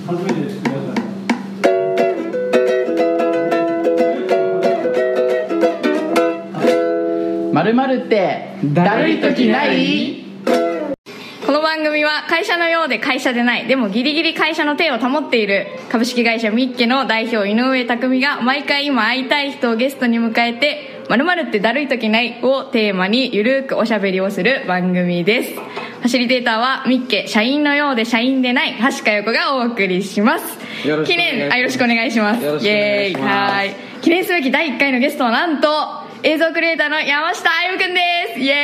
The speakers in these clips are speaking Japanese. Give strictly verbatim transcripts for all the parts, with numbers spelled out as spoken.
初めてです皆さん。 〇〇ってだるい時ない？ この番組は会社のようで会社でない、でもギリギリ会社の体を保っている株式会社ミッケの代表井上匠が毎回今会いたい人をゲストに迎えて〇〇ってだるい時ないをテーマにゆるくおしゃべりをする番組です。ファシリテーターはミッケ社員のようで社員でない橋香代子がお送りします。記念あよろしくお願いします。 よろしくお願いします。 はい、記念すべきだいいっかいのゲストはなんと映像クリエイターの山下歩夢くんです。イ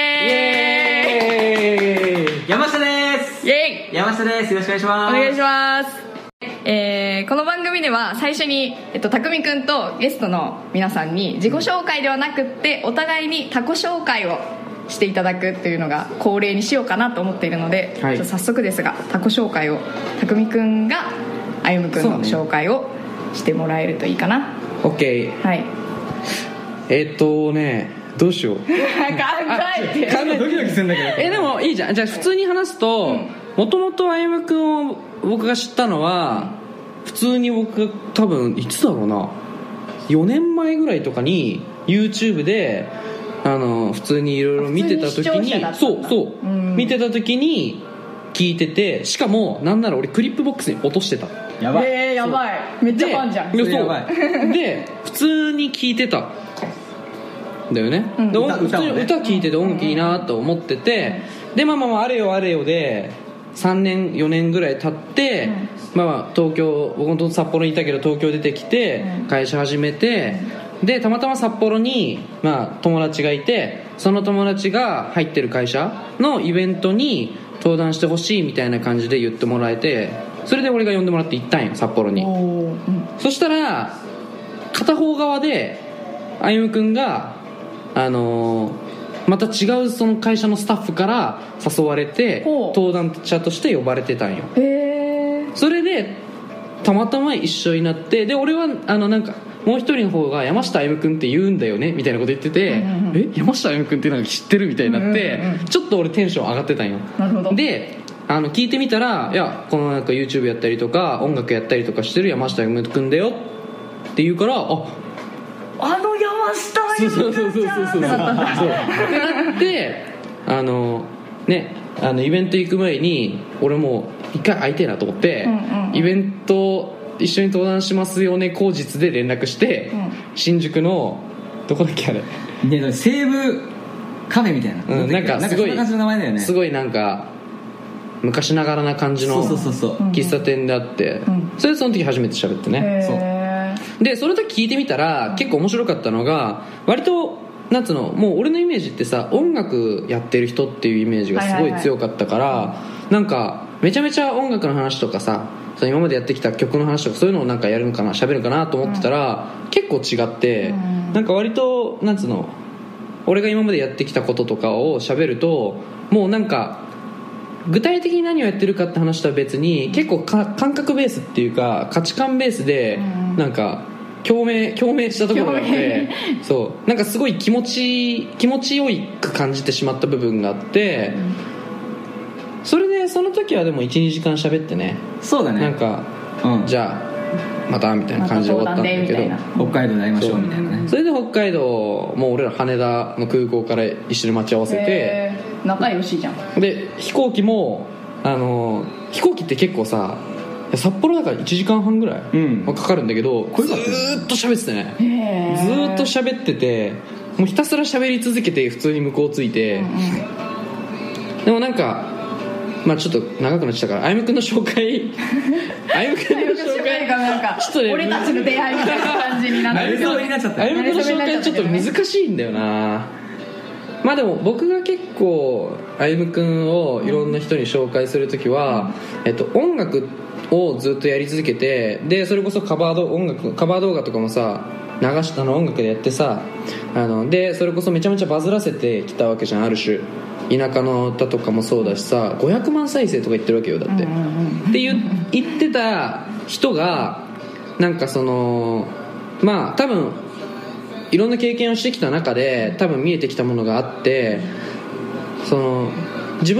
エーイ。 山下です。 イエーイ。 山下です。よろしくお願いします。 お願いします。えー、この番組では最初に、えっと、匠くんとゲストの皆さんに自己紹介ではなくってお互いに他己紹介をしていただくというのが恒例にしようかなと思っているので、はい、早速ですが他己紹介を匠くんが歩夢くんの紹介をしてもらえるといいかな。 OK、 はい、 えー、っとねどうしよう考えて考えドキドキするんだけどえでもいいじゃん。じゃあ普通に話すともともと歩夢くんを僕が知ったのは、うん、普通に僕が多分いつだろうなよねんまえぐらいとかに YouTube であの普通にいろいろ見てた時にそうそう、うん、見てた時に聞いてて、しかもなんなら俺クリップボックスに落としてた。 やばい、えー、やばい、めっちゃファンじゃん。 で、そうで普通に聞いてただよね、うん、で歌普通に歌聴いてて音楽いいなと思ってて、うん、でまあまああれよあれよでさんねんよねんぐらい経って、うん、まあ東京僕も札幌にいたけど東京出てきて会社始めて、うん、でたまたま札幌に、まあ、友達がいて、その友達が入ってる会社のイベントに登壇してほしいみたいな感じで言ってもらえて、それで俺が呼んでもらって行ったんよ札幌に、うん、そしたら片方側で歩夢君があのー、また違うその会社のスタッフから誘われて登壇者として呼ばれてたんよ。 へー。 それでたまたま一緒になって、で俺はあのなんかもう一人の方が山下歩夢君って言うんだよねみたいなこと言ってて、うんうんうん、え山下歩夢君ってなんか知ってるみたいになって、うんうんうん、ちょっと俺テンション上がってたんよ。 なるほど。 であの聞いてみたら、いやこのなんか YouTube やったりとか音楽やったりとかしてる山下歩夢君だよって言うから、ああの山下歩夢君じゃんってなってあのねあのイベント行く前に俺も一回会いたいなと思って、うんうんうん、イベント一緒に登壇しますよね口実で連絡して、うん、新宿のどこだっけあれ、 ね、西武カフェみたいな、 うん、なんかすごい感じの名前だよね。 すごいなんか昔ながらな感じの喫茶店であって、うん、それでその時初めて喋ってね。そうでその時聞いてみたら結構面白かったのが、割となんつうのもう俺のイメージってさ音楽やってる人っていうイメージがすごい強かったから、はいはいはい、なんかめちゃめちゃ音楽の話とかさその今までやってきた曲の話とかそういうのをなんかやるのかな喋るかなと思ってたら、うん、結構違って、うん、なんか割となんつうの俺が今までやってきたこととかを喋るともうなんか具体的に何をやってるかって話とは別に結構か感覚ベースっていうか価値観ベースでなんか共鳴共鳴したところがあってそうなんかすごい気持ち気持ちよく感じてしまった部分があって、うん、それでその時はでも いちにじかん喋ってね。 そうだね。 なんか、うん、じゃあまたみたいな感じで終わったんだけど、 北海道で会いましょうみたいなね。 それで北海道もう俺ら羽田の空港から一緒に待ち合わせて仲良しじゃん。 で飛行機もあの飛行機って結構さ札幌だからいちじかんはんぐらいかかるんだけど、うん、ずーっと喋っててねずーっと喋っててもうひたすら喋り続けて普通に向こう着いて、うんうん、でもなんかまあちょっと長くなっちゃったから歩夢君の紹介歩夢君の紹介がなんか俺たちの出会いみたいな感じになってる。歩夢君の紹介ちょっと難しいんだよな。まあでも僕が結構歩夢君をいろんな人に紹介するときは、うんえっと、音楽をずっとやり続けて、でそれこそカバー音楽カバー動画とかもさ流したの音楽でやってさあのでそれこそめちゃめちゃバズらせてきたわけじゃん。ある種田舎の歌とかもそうだしさごひゃくまん再生とか言ってるわけよだって、うんうんうん、って言ってた人がなんかそのまあ多分いろんな経験をしてきた中で多分見えてきたものがあって、その自分の YouTube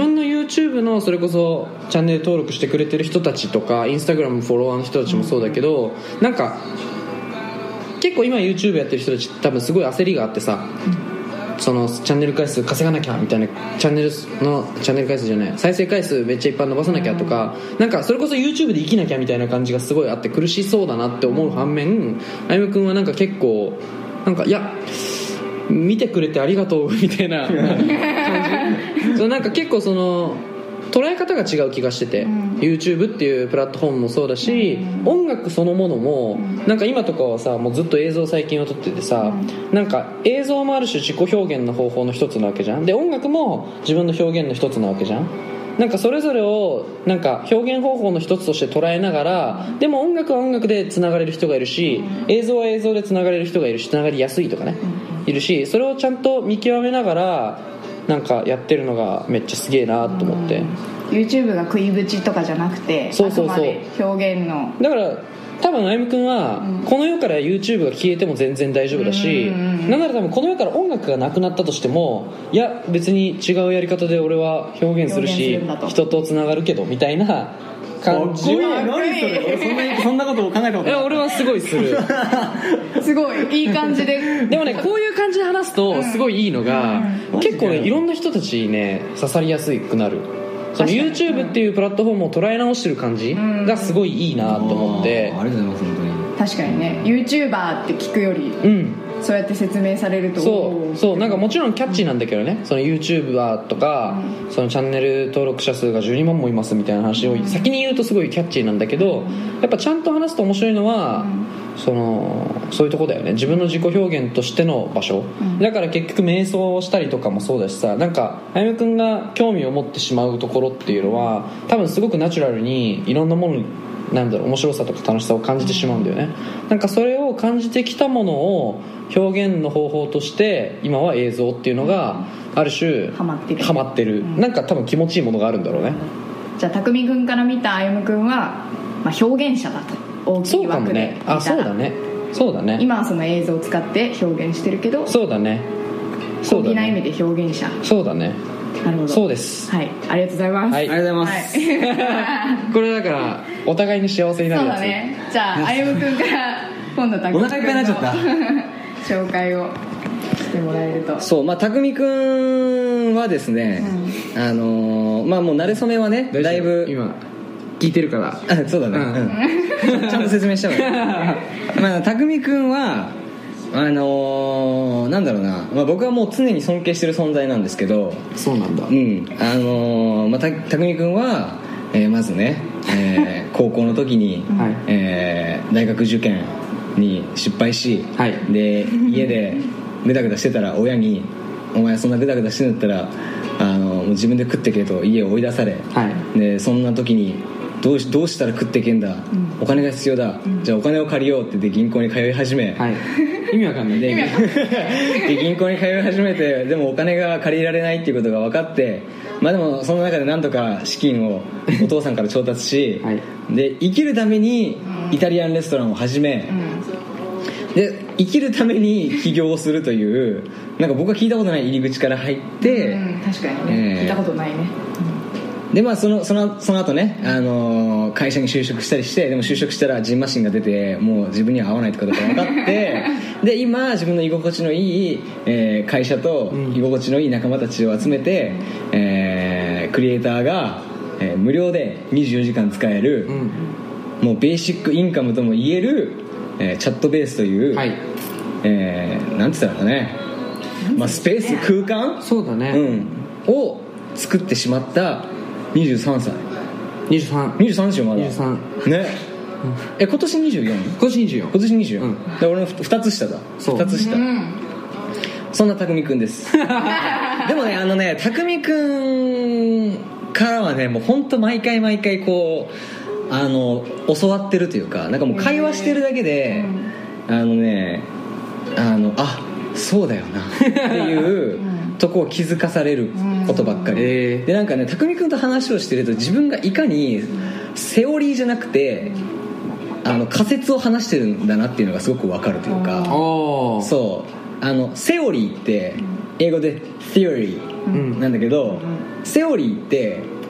YouTube のそれこそチャンネル登録してくれてる人たちとか Instagram フォロワーの人たちもそうだけど、なんか結構今 YouTube やってる人たち多分すごい焦りがあってさ、そのチャンネル回数稼がなきゃみたいな、チャンネルのチャンネル回数じゃない再生回数めっちゃいっぱい伸ばさなきゃとか、なんかそれこそ YouTube で生きなきゃみたいな感じがすごいあって苦しそうだなって思う反面、あゆむくんはなんか結構なんかいや見てくれてありがとうみたいな感じそうなんか結構その捉え方が違う気がしてて、うん、YouTube っていうプラットフォームもそうだし、うん、音楽そのものも、うん、なんか今とかはさもうずっと映像最近は撮っててさ、うん、なんか映像もある種自己表現の方法の一つなわけじゃん。で音楽も自分の表現の一つなわけじゃん。なんかそれぞれをなんか表現方法の一つとして捉えながら、でも音楽は音楽でつながれる人がいるし、映像は映像でつながれる人がいるし、つながりやすいとかね、いるし、それをちゃんと見極めながらなんかやってるのがめっちゃすげえなと思って、うん、 YouTube が食いぶちとかじゃなくて、 そうそうそう、 あくまで表現のだから多分あゆむくんはこの世から YouTube が消えても全然大丈夫だし、うん、なんなら多分この世から音楽がなくなったとしても、いや別に違うやり方で俺は表現するし人とつながるけどみたいな感じは。 何それそんな、そんなことを考えたことない。 いや俺はすごいするすごいいい感じででもねこういう感じで話すとすごいいいのが、うん、結構ねいろんな人たちにね刺さりやすくなる。その YouTube っていうプラットフォームを捉え直してる感じがすごいいいなと思って、 うん、ありがとうございます本当に。 確かにね YouTuber って聞くより、うん、そうやって説明されるとそうそうなんかもちろんキャッチーなんだけどね、その YouTuber とか、うん、そのチャンネル登録者数がじゅうにまんもいますみたいな話を先に言うとすごいキャッチーなんだけど、やっぱちゃんと話すと面白いのは、うんそのそういうとこだよね。自分の自己表現としての場所、うん、だから結局瞑想をしたりとかもそうだしさ、なんかあゆむくんが興味を持ってしまうところっていうのは多分すごくナチュラルにいろんなものになんだろう面白さとか楽しさを感じてしまうんだよね、うん、なんかそれを感じてきたものを表現の方法として今は映像っていうのがある種ハマってる、ハマってる、うん、なんか多分気持ちいいものがあるんだろうね。 じゃあたくみくんから見たあゆむくんは、まあ、表現者だと大きい枠で見たら、 そうかもね。あ、そうだね。そうだね。 今はその映像を使って表現してるけど、 そうだね。そうだね。大きな意味で表現者。 そうだね。 なるほど。 そうです。 はい。ありがとうございます。 はい。ありがとうございます。はい、これだからお互いに幸せになるやつ。 そうだね。じゃああゆむくんから今度たくみくんのお腹いっぱいになっちゃった。 紹介をしてもらえると。 そう、まあたくみくんはですね、うん、あのー、まあもう慣れ初めはねだいぶ今聞いてるから。 あ、そうだね。うんうん、ちゃんと説明した方がいい。まあたくみくんはあのー、なんだろうな、まあ、僕はもう常に尊敬してる存在なんですけど。 そうなんだ。 うん。あのー、まあたくみくんは、えー、まずね、えー、高校の時に、はいえー、大学受験に失敗し、はい、で家でグダグダしてたら親にお前そんなグダグダしてんだったらあのもう自分で食ってけと家を追い出され、はい、でそんな時にどうし、どうしたら食ってけんだ、うん、お金が必要だ、うん、じゃあお金を借りようって言って銀行に通い始め、はい、 意味わかんないでで銀行に通い始めて、でもお金が借りられないっていうことが分かって、まあでもその中でなんとか資金をお父さんから調達し、はい、で生きるためにイタリアンレストランを始め、うん、で生きるために起業をするというなんか僕は聞いたことない入り口から入って、 うん、確かにね、えー、聞いたことないね、 うん、でまあそのそのその後ね、あのー、会社に就職したりして、でも就職したらジンマシンが出てもう自分には合わないってことが分かってで今自分の居心地のいい、えー、会社と居心地のいい仲間たちを集めて、うんえー、クリエイターが、えー、無料でにじゅうよじかん使える、うん、もうベーシックインカムとも言える、えー、チャットベースという、はいえー、なんて言ったらね、まあ、スペース空間そうだね、 うん、を作ってしまったにじゅうさんさいにじゅうさんにじゅうさんでしょまだにじゅうさんね、うん、え今年にじゅうよん今年にじゅうよん今年にじゅうよん、うん、で俺のふたつ下だふたつ下、うん、そんなたくみくんですでもねあのねたくみくんからはねもう本当毎回毎回こうあの教わってるというかなんかもう会話してるだけで、うん、あのねあのあそうだよなっていうとこを気づかされることばっかり、うん、でなんかねたくみくんと話をしてると自分がいかにセオリーじゃなくてあの仮説を話してるんだなっていうのがすごく分かるというか、そうあのセオリーって英語で theory なんだけど、うん、セオリーって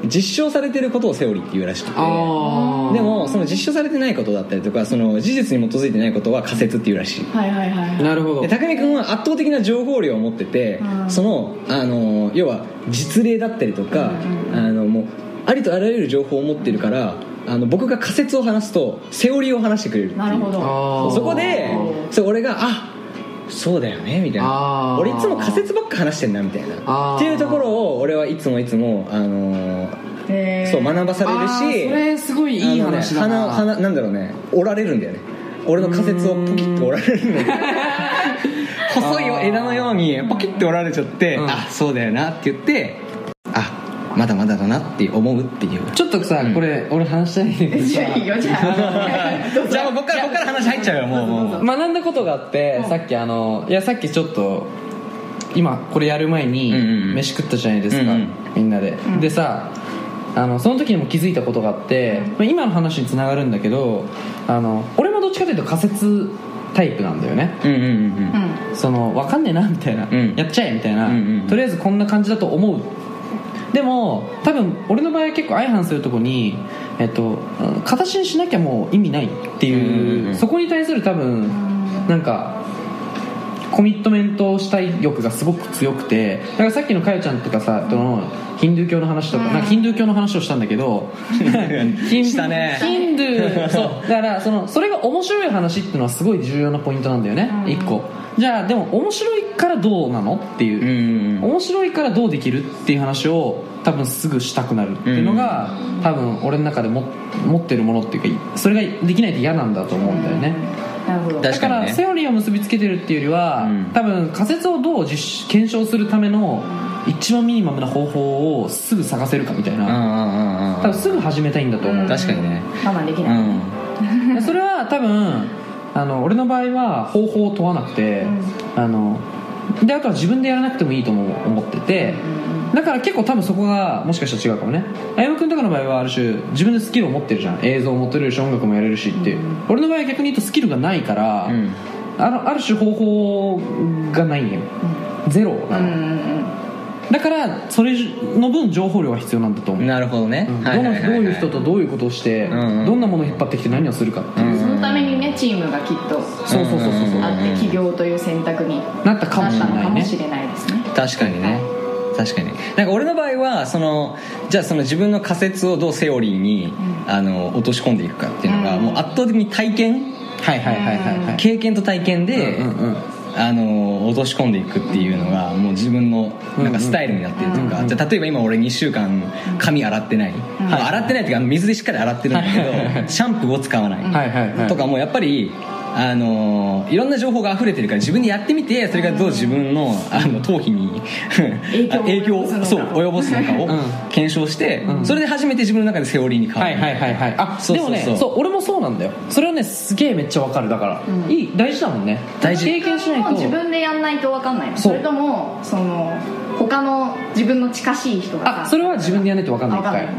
実証されてることをセオリーっていうらしくて、でもその実証されてないことだったりとかその事実に基づいてないことは仮説っていうらしい。 はいはいはい。 なるほど。 で匠君は圧倒的な情報量を持ってて、そのあの要は実例だったりとか、あのもうありとあらゆる情報を持ってるから、あの僕が仮説を話すとセオリーを話してくれるっていう。 なるほど。 そこでそう俺があそうだよねみたいな、俺いつも仮説ばっか話してんなみたいなっていうところを俺はいつもいつもあのー、そう学ばされるし、 それすごいいい話だな。 ね、花なんだろうね、折られるんだよね、俺の仮説をポキッと折られるんだよ細い枝のようにポキッと折られちゃって、うん、あそうだよなって言って、あまだまだだなって思うっていう。 ちょっとさ、うん、これ俺話したいんだけどさ、 じゃあいいよじゃあじゃあもうこっからこっから話入っちゃうよ。もうもう学んだことがあって、うん、さっきあのいやさっきちょっと今これやる前に飯食ったじゃないですか、うんうん、みんなで、うん、でさあのその時にも気づいたことがあって、うん、今の話につながるんだけど、あの俺もどっちかというと仮説タイプなんだよね、うんうんうんうん、その分かんねえなみたいな、うん、やっちゃえみたいな、うんうん、とりあえずこんな感じだと思う。でも多分俺の場合は結構相反するとこに、えっと、形にしなきゃもう意味ないっていう、うんうんうん、そこに対する多分なんかコミットメントをしたい欲がすごく強くて、だからさっきのかよちゃんとかさとのヒンドゥー教の話とか、うん、なんかヒンドゥー教の話をしたんだけどヒンしたねヒンドゥーそうだからそのそれが面白い話っていうのはすごい重要なポイントなんだよね、うん、いっこ。じゃあでも面白いからどうなのっていう、うん、面白いからどうできるっていう話を多分すぐしたくなるっていうのが、うん、多分俺の中でも持ってるものっていうか、それができないと嫌なんだと思うんだよね、 うん、なるほど。 だからセオリーを結びつけてるっていうよりは、うん、多分仮説をどう実検証するための一番ミニマムな方法をすぐ探せるかみたいな、多分すぐ始めたいんだと思う、うん、 確かにね我慢できない、 うん、それは多分あの俺の場合は方法を問わなくて、うん、あのであとは自分でやらなくてもいいとも思ってて、うん、だから結構多分そこがもしかしたら違うかもね。あやむくんとかの場合はある種自分でスキルを持ってるじゃん、映像を持ってるし音楽もやれるしっていう、うん、俺の場合は逆に言うとスキルがないから、うん、あのある種方法がないんよ、うん、ゼロなの、うん、だからそれの分情報量が必要なんだと思う。 なるほどね、 うん、どのどういう人とどういうことをして、うんうん、どんなものを引っ張ってきて何をするかっていう、 うん、そのためにねチームがきっとそうそうそうそうあって起業という選択になったかもしれないね。 かもしれないですね。 確かにね、確かに。なんか俺の場合はそのじゃあその自分の仮説をどうセオリーに、うん、あの落とし込んでいくかっていうのが、うん、もう圧倒的に体験、 はいはいはいはい、はい、 経験と体験で、うんうんうん、あの落とし込んでいくっていうのがもう自分のなんかスタイルになってるというか、うんうん、じゃあ例えば今俺にしゅうかん髪洗ってない、うんはい、洗ってないっていうか水でしっかり洗ってるんだけど、はい、シャンプーを使わない、はいはいはい、とかもやっぱりあのいろんな情報が溢れてるから自分でやってみてそれがどう自分の、あの頭皮に影響をそう及ぼすのかを検証して、うん、それで初めて自分の中でセオリーに変わる。 はいはいはいはい。あそうそうそうでもねそう俺もそうなんだよ。それはねすげえめっちゃわかる。だから、うん、いい大事だもんね。大事。経験しないと自分でやんないとわかんないの。それともその他の自分の近しい人があそれは自分でやんないとわかんない。一回、うん、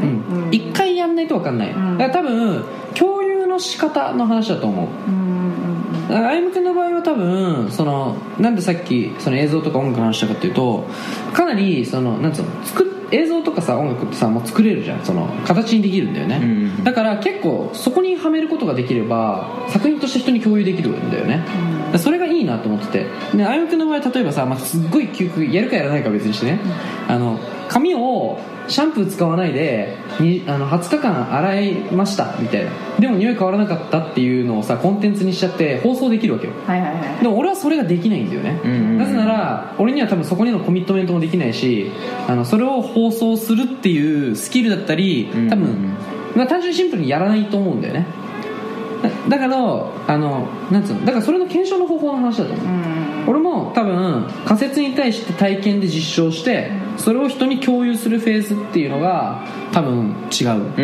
一回やんないとわかんない、うん、だから多分共有の仕方の話だと思う、うんあゆむくんの場合は多分そのなんでさっきその映像とか音楽の話したかっていうとかなりそのなんつうの作映像とかさ音楽ってさもう作れるじゃん、その形にできるんだよね、うん、だから結構そこにはめることができれば作品として人に共有できるんだよね、うん、それがいいなと思っててであゆむくんの場合例えばさ、まあ、すっごい究極やるかやらないかは別にしてね、うん、あの髪をシャンプー使わないでにあのはつかかん洗いましたみたいなでも匂い変わらなかったっていうのをさコンテンツにしちゃって放送できるわけよ、はいはいはい、でも俺はそれができないんだよね、うんうんうん、なぜなら俺には多分そこにのコミットメントもできないしあのそれを放送するっていうスキルだったり多分、うんうんまあ、単純にシンプルにやらないと思うんだよね。だからあのなんつうのだからそれの検証の方法の話だと思う、うんうん、俺も多分仮説に対して体験で実証してそれを人に共有するフェーズっていうのが多分違う、うんうんうん、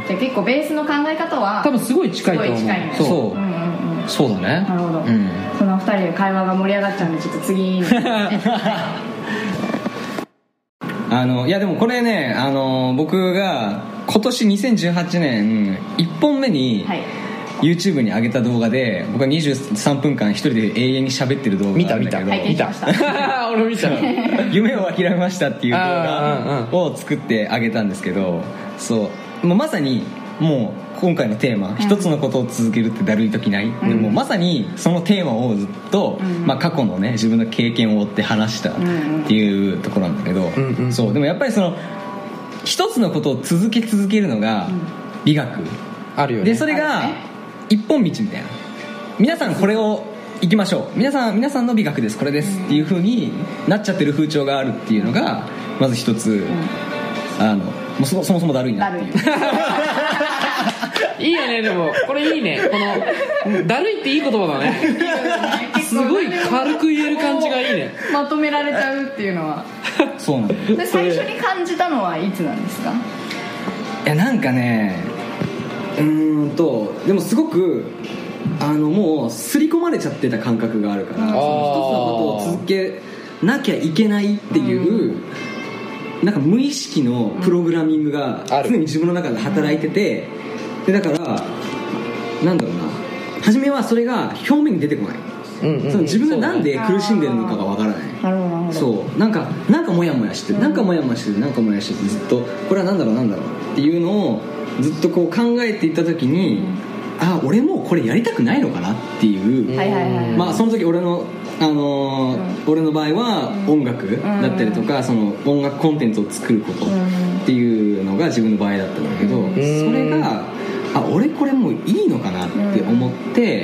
じゃあ結構ベースの考え方は多分すごい近いと思う。 すごい近いね。 そう、うんうんうん、 そうだね。 なるほど、うん、そのふたりで会話が盛り上がっちゃうんでちょっと次にあのいやでもこれねあの僕が今年にせんじゅうはちねんいっぽんめに、はい YouTube に上げた動画で僕はにじゅうさんぷんかん一人で永遠に喋ってる動画があるんだけど、 見た見た俺見た夢を諦めましたっていう動画を作ってあげたんですけど、そうもうまさにもう今回のテーマ、うん、一つのことを続けるってだるい時ない、うん、でもまさにそのテーマをずっと、うんまあ、過去のね自分の経験を追って話したっていうところなんだけど、うんうん、そうでもやっぱりその一つのことを続け続けるのが美学、うん、 あるよね。 でそれが一本道みたいな、皆さんこれを行きましょう、皆さん皆さんの美学ですこれですっていう風になっちゃってる風潮があるっていうのがまず一つ、うん、あのもう そ, そもそもだるいなっていういいよね。でもこれいいね、このだるいっていい言葉だねすごい軽く言える感じがいいねまとめられちゃうっていうのはそうなんだよ。 で最初に感じたのはいつなんですか？ いやなんかねうーんとでもすごくあのもう刷り込まれちゃってた感覚があるから、その一つのことを続けなきゃいけないっていう、うん、なんか無意識のプログラミングが常に自分の中で働いてて、でだからなんだろうな、初めはそれが表面に出てこない、うんうんうん、その自分がなんで苦しんでるのかがわからない。 なるほど。 そうなんかなんかモヤモヤしてる、なんかモヤモヤしてる、なんかモヤモヤしてる、ずっとこれはなんだろうなんだろうっていうのをずっとこう考えていった時に、うん、あ俺もうこれやりたくないのかなっていう、はいはいはい、まあその時俺のあのーうん、俺の場合は音楽だったりとか、うん、その音楽コンテンツを作ることっていうのが自分の場合だったんだけど、うん、それがあ俺これもういいのかなって思って、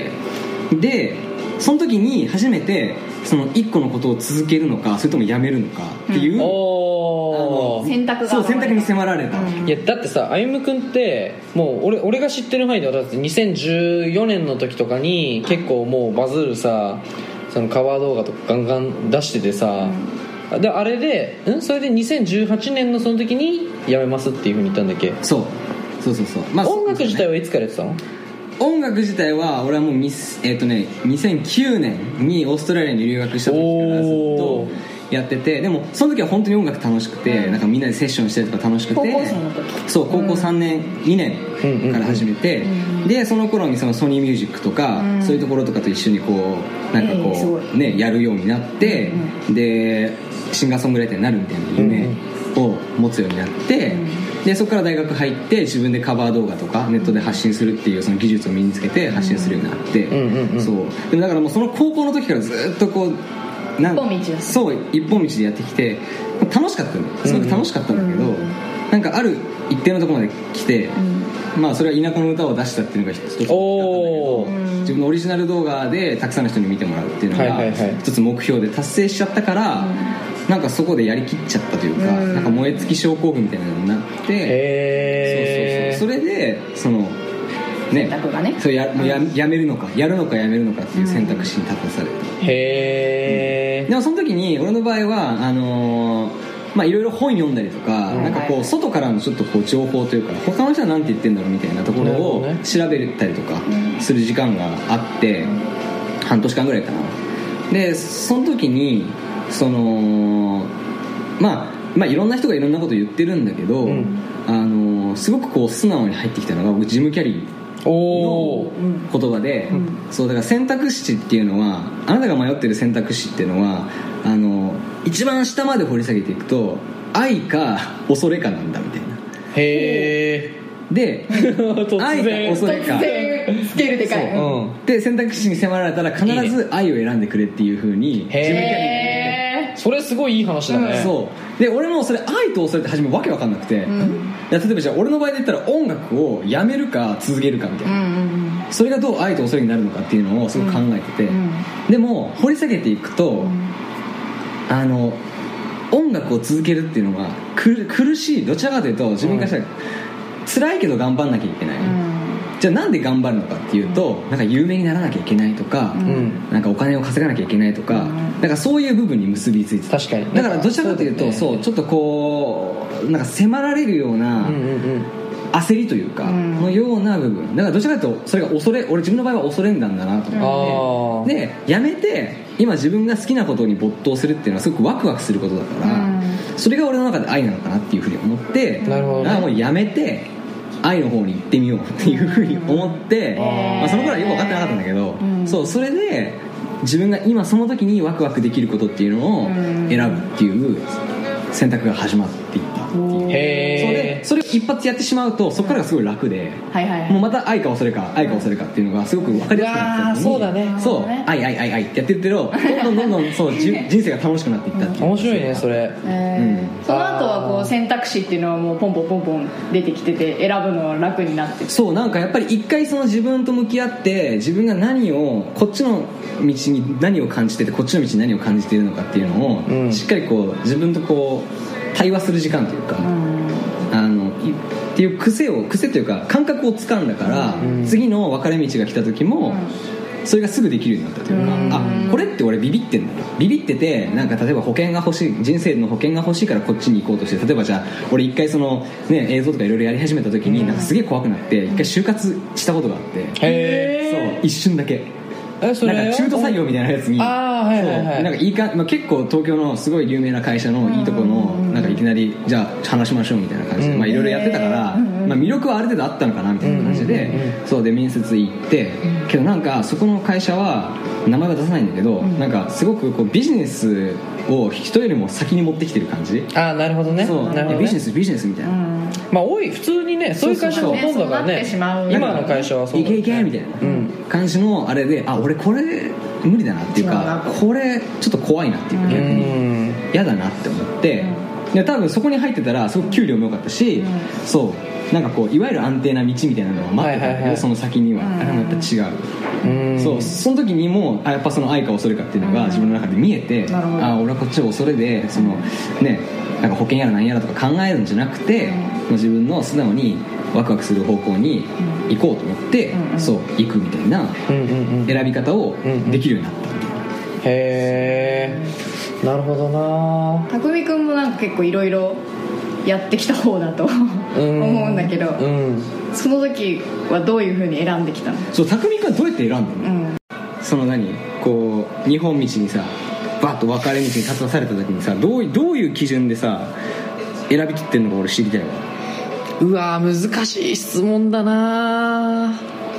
うん、でその時に初めてその一個のことを続けるのかそれともやめるのかっていう、うん、 お選択がそう選択に迫られた、 うん、いやだってさ歩夢君ってもう 俺, 俺が知ってる範囲ではだってにせんじゅうよねんの時とかに結構もうバズるさそのカバー動画とかガンガン出しててさ、うん、であれでんそれでにせんじゅうはちねんのその時にやめますっていう風に言ったんだっけ。 そうそうそうそう、まあ、 音楽自体はいつからやってたの？ 音楽自体は俺はもう、えーとね、にせんきゅうねんにオーストラリアに留学した時からずっとやってて、でもその時は本当に音楽楽しくて、うん、なんかみんなでセッションしてるとか楽しくて、 高校生の時そう高校さんねん、うん、にねんから始めて、うんうん、でその頃にそのソニーミュージックとか、うん、そういうところとかと一緒にこうなんかこう、えーね、やるようになって、うんうん、でシンガーソングライターになるみたいな夢を持つようになって、うんでそこから大学入って自分でカバー動画とかネットで発信するっていうその技術を身につけて発信するようになって、うんうんうん、そうでもだからもうその高校の時からずっとこうなん一本道そう一本道でやってきて楽しかったのすごく楽しかったんだけど、うんうん、なんかある一定のところまで来て、うん、まあそれは田舎の歌を出したっていうのが一つだったんだけど、自分のオリジナル動画でたくさんの人に見てもらうっていうのが一つ目標で達成しちゃったから、うんなんかそこでやりきっちゃったというか、うん、なんか燃え尽き症候群みたいなのになって、 へそうそうそうそれでそのね選択がねそう や, もう や, やめるのかやるのかやめるのかっていう選択肢に立たされた、うん、 へえ、 うん、でもその時に俺の場合はあのーまあいろいろ本読んだりとか、うん、なんかこう外からのちょっとこう情報というか他の人は何て言ってんだろうみたいなところを調べたりとかする時間があって、うん、半年間ぐらいかな。でその時にその、まあ、まあいろんな人がいろんなこと言ってるんだけど、うん、あのすごくこう素直に入ってきたのが僕ジム・キャリーの言葉で、うん、そうだから選択肢っていうのはあなたが迷ってる選択肢っていうのはあの一番下まで掘り下げていくと愛か恐れかなんだみたいな。 へーで愛か恐れかスケールでかい、 うん、で選択肢に迫られたら必ず愛を選んでくれっていう風にジム・キャリーが言ってそれすごいいい話だね、 うん、そうで俺もそれ愛と恐れって初めわけわかんなくて、うん、例えばじゃあ俺の場合で言ったら音楽をやめるか続けるかみたいな、うんうん、それがどう愛と恐れになるのかっていうのをすごく考えてて、うんうん、でも掘り下げていくと、うん、あの音楽を続けるっていうのは苦しい、どちらかというと自分からしたら、うん辛いけど頑張んなきゃいけない、うん、じゃあなんで頑張るのかっていうとなんか有名にならなきゃいけないとか、うん、なんかお金を稼がなきゃいけないとか、うん、なんかそういう部分に結びついて確かにだからどちらかというとそう、ね、そうちょっとこうなんか迫られるような焦りというか、うん、のような部分だからどちらかというとそれが恐れ俺自分の場合は恐れんだんだなと思って、うん、でやめて今自分が好きなことに没頭するっていうのはすごくワクワクすることだから、うん、それが俺の中で愛なのかなっていうふうに思ってなるほど、ね、 だからもうやめて愛の方に行ってみようっていうふうに思って、まあ、その頃はよく分かってなかったんだけど、うん、そうそれで自分が今その時にワクワクできることっていうのを選ぶっていう選択が始まっていったっていう。へー。それそれを一発やってしまうとそこからがすごい楽で、はいはいはい、もうまた愛か恐れか愛か恐れかっていうのがすごく分かりやすくなってた時に、そうだね、そう愛愛愛愛ってやってるけどどんどんどんどんそう人生が楽しくなっていったっていう、うん、 面白いねそれ、 えーうん、その後はこう選択肢っていうのはもうポンポンポンポン出てきてて選ぶのは楽になって、 そうなんかやっぱり一回その自分と向き合って自分が何をこっちの道に何を感じててこっちの道に何を感じているのかっていうのを、うん、しっかりこう自分とこう対話する時間というか、うん、あのっていう癖を癖というか感覚をつかんだから、うん、次の分かれ道が来た時も、うん、それがすぐできるようになったというか、うん、あこれって俺ビビってんだよビビっててなんか例えば保険が欲しい人生の保険が欲しいからこっちに行こうとして例えばじゃあ俺一回その、ね、映像とかいろいろやり始めた時になんかすげえ怖くなって一回就活したことがあって、へそう一瞬だけえそれなんか中途採用みたいなやつに、あ、はいはいはい、そうなんかいいか、まあ、結構東京のすごい有名な会社のいいとこのなんかいきなりじゃあ話しましょうみたいな感じでいろいろやってたから、まあ、魅力はある程度あったのかなみたいな感じで、そうで面接行ってけどなんかそこの会社は名前は出さないんだけど、なんかすごくこうビジネスを人よりも先に持ってきてる感じ。 ああなるほどね。 そうなるほどね、 ビジネスビジネスみたいな、うん、 まあ多い普通にねそういう会社がほとんどがね、今の会社はそういけいけみたいな感じのあれで、あ俺これ無理だなっていうかこれちょっと怖いなっていうか逆に嫌だなって思って、うん、で多分そこに入ってたらすごく給料も良かったし、うん、そうなんかこういわゆる安定な道みたいなのを待ってたんだけど、はいはいはい、その先には、うん、あれもやっぱ違う、うん、そうその時にもあやっぱその愛か恐れかっていうのが自分の中で見えて、うん、あ俺はこっちを恐れでそのねなんか保険やら何やらとか考えるんじゃなくて、うん、自分の素直にワクワクする方向に行こうと思って、うん、そう行くみたいな選び方をできるようになった、うんうん、 へーなるほどな。 たくみくんもなんか結構いろいろやってきた方だと思うんだけど、うんうん、その時はどういう風に選んできたの？ そうたくみくんはどうやって選んだの、うん、その何こう日本道にさバッと分かれ道に立たされた時にさどう、どういう基準でさ選びきってんのか俺知りたいわ。 うわ難しい質問だな。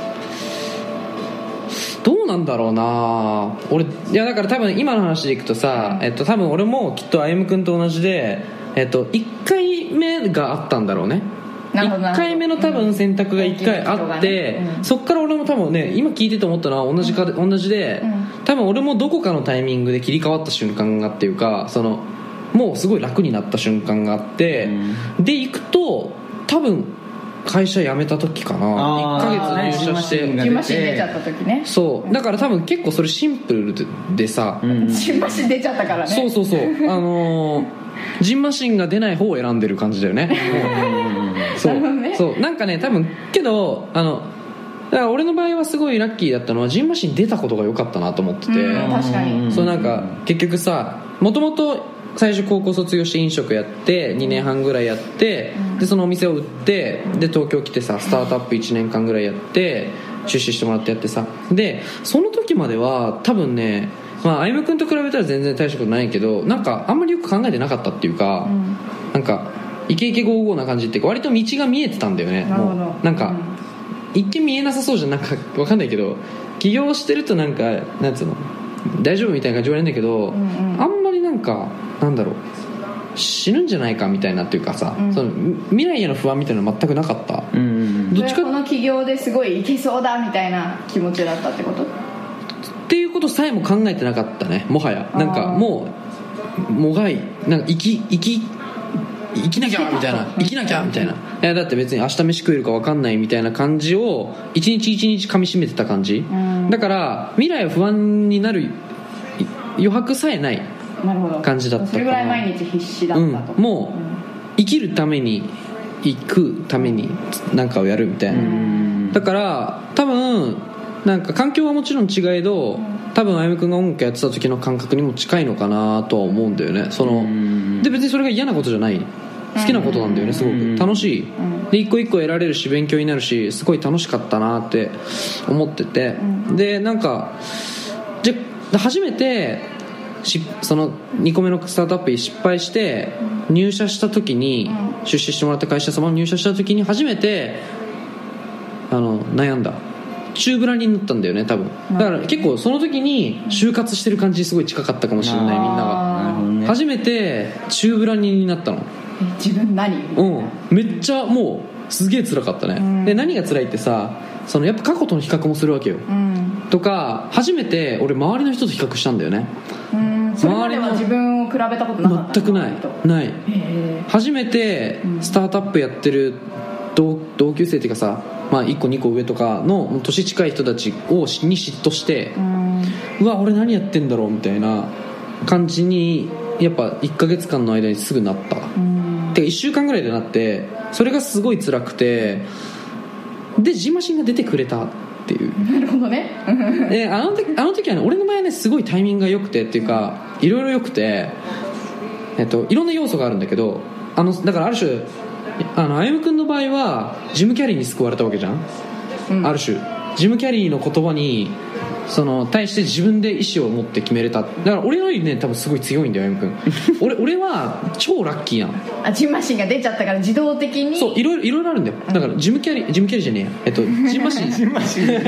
どうなんだろうな俺。いやだから多分今の話でいくとさ、えっと、多分俺もきっとあゆむくんと同じで、えっと、いっかいめがあったんだろうね。いっかいめの多分選択がいっかいあって、うん、そっから俺も多分ね今聞いてて思ったのは同じか、うん、同じで、うん、多分俺もどこかのタイミングで切り替わった瞬間がっていうかそのもうすごい楽になった瞬間があって、うん、で行くと多分会社辞めた時かな。いっかげつ入社してジンマシン出ちゃった時ね。 そうだから多分結構それシンプルで、でさ、 うん、ジンマシン出ちゃったからね。 そうそうそうあのー、ジンマシンが出ない方を選んでる感じだよねそう、ね、そうなんかね多分けどあのだから俺の場合はすごいラッキーだったのはジンマシン出たことが良かったなと思ってて、 うん、確かにそうなんか結局さもともと最初高校卒業して飲食やってにねんはんぐらいやって、うん、でそのお店を売ってで東京来てさスタートアップいちねんかんぐらいやって出資してもらってやってさでその時までは多分ねまあ歩夢君と比べたら全然大したことないけどなんかあんまりよく考えてなかったっていうか、うん、なんかイケイケゴーゴーな感じっていうか割と道が見えてたんだよね。 なるほど。 もうなんか、うん、一見見えなさそうじゃんなんか分かんないけど起業してるとなんかなんつうの大丈夫みたいな感じ言われるんだけど、うんうん、あんまりなんかなんだろう死ぬんじゃないかみたいなっていうかさ、うん、その未来への不安みたいなの全くなかった、うんうん、 どっちかこの起業ですごいいけそうだみたいな気持ちだったってことっていうことさえも考えてなかったね。もはやなんかもうもがいなんか生き生き生きなきゃみたいな生きなきゃみたいな、いやだって別に明日飯食えるか分かんないみたいな感じを一日一日噛み締めてた感じ、うん、だから未来は不安になる余白さえない感じだったから、それぐらい毎日必死だったと、 うん、もう生きるために行くために何かをやるみたいな、うん、だから多分なんか環境はもちろん違えど、うん、多分あゆむくんが音楽やってた時の感覚にも近いのかなとは思うんだよね。その、うん、で別にそれが嫌なことじゃない好きなことなんだよね。すごく楽しい、うん、で一個一個得られるし勉強になるしすごい楽しかったなって思ってて、うん、でなんかじゃ初めてしそのにこめのスタートアップに失敗して入社した時に、うん、出資してもらった会社様に入社した時に初めての悩んだ。宙ぶらりんになったんだよね多分。だから結構その時に就活してる感じにすごい近かったかもしれない。みんなが、ね、初めて宙ぶらりんになったの。 自分何？ うんめっちゃもうすげえ辛かったね。で何が辛いってさ、そのやっぱ過去との比較もするわけよ、うん、とか初めて俺周りの人と比較したんだよね。 うん、それまでは自分を比べたことなかった？ 全くないない初めてスタートアップやってる 同, 同級生っていうかさ、まあ、いっこにこ上とかの年近い人たちをに嫉妬して、うん、うわ俺何やってんだろうみたいな感じにやっぱいっかげつかんの間にすぐなった、うん、てかいっしゅうかんぐらいでなって、それがすごい辛くて、でジンマシンが出てくれたっていう。 なるほどね。 であの時、あの時はね、俺の場合はねすごいタイミングが良くてっていうかいろいろ良くて、えっと、いろんな要素があるんだけど、あのだからある種あの歩夢君の場合はジム・キャリーに救われたわけじゃん、うん、ある種ジム・キャリーの言葉にその対して自分で意思を持って決めれた。だから俺よりね多分すごい強いんだよ歩夢君俺, 俺は超ラッキーなの。 あジンマシンが出ちゃったから自動的に。 そういろいろいろいろあるんだよ。だからジム・キャリージム・キャリーじゃねえやえっとジンマシンジンマシン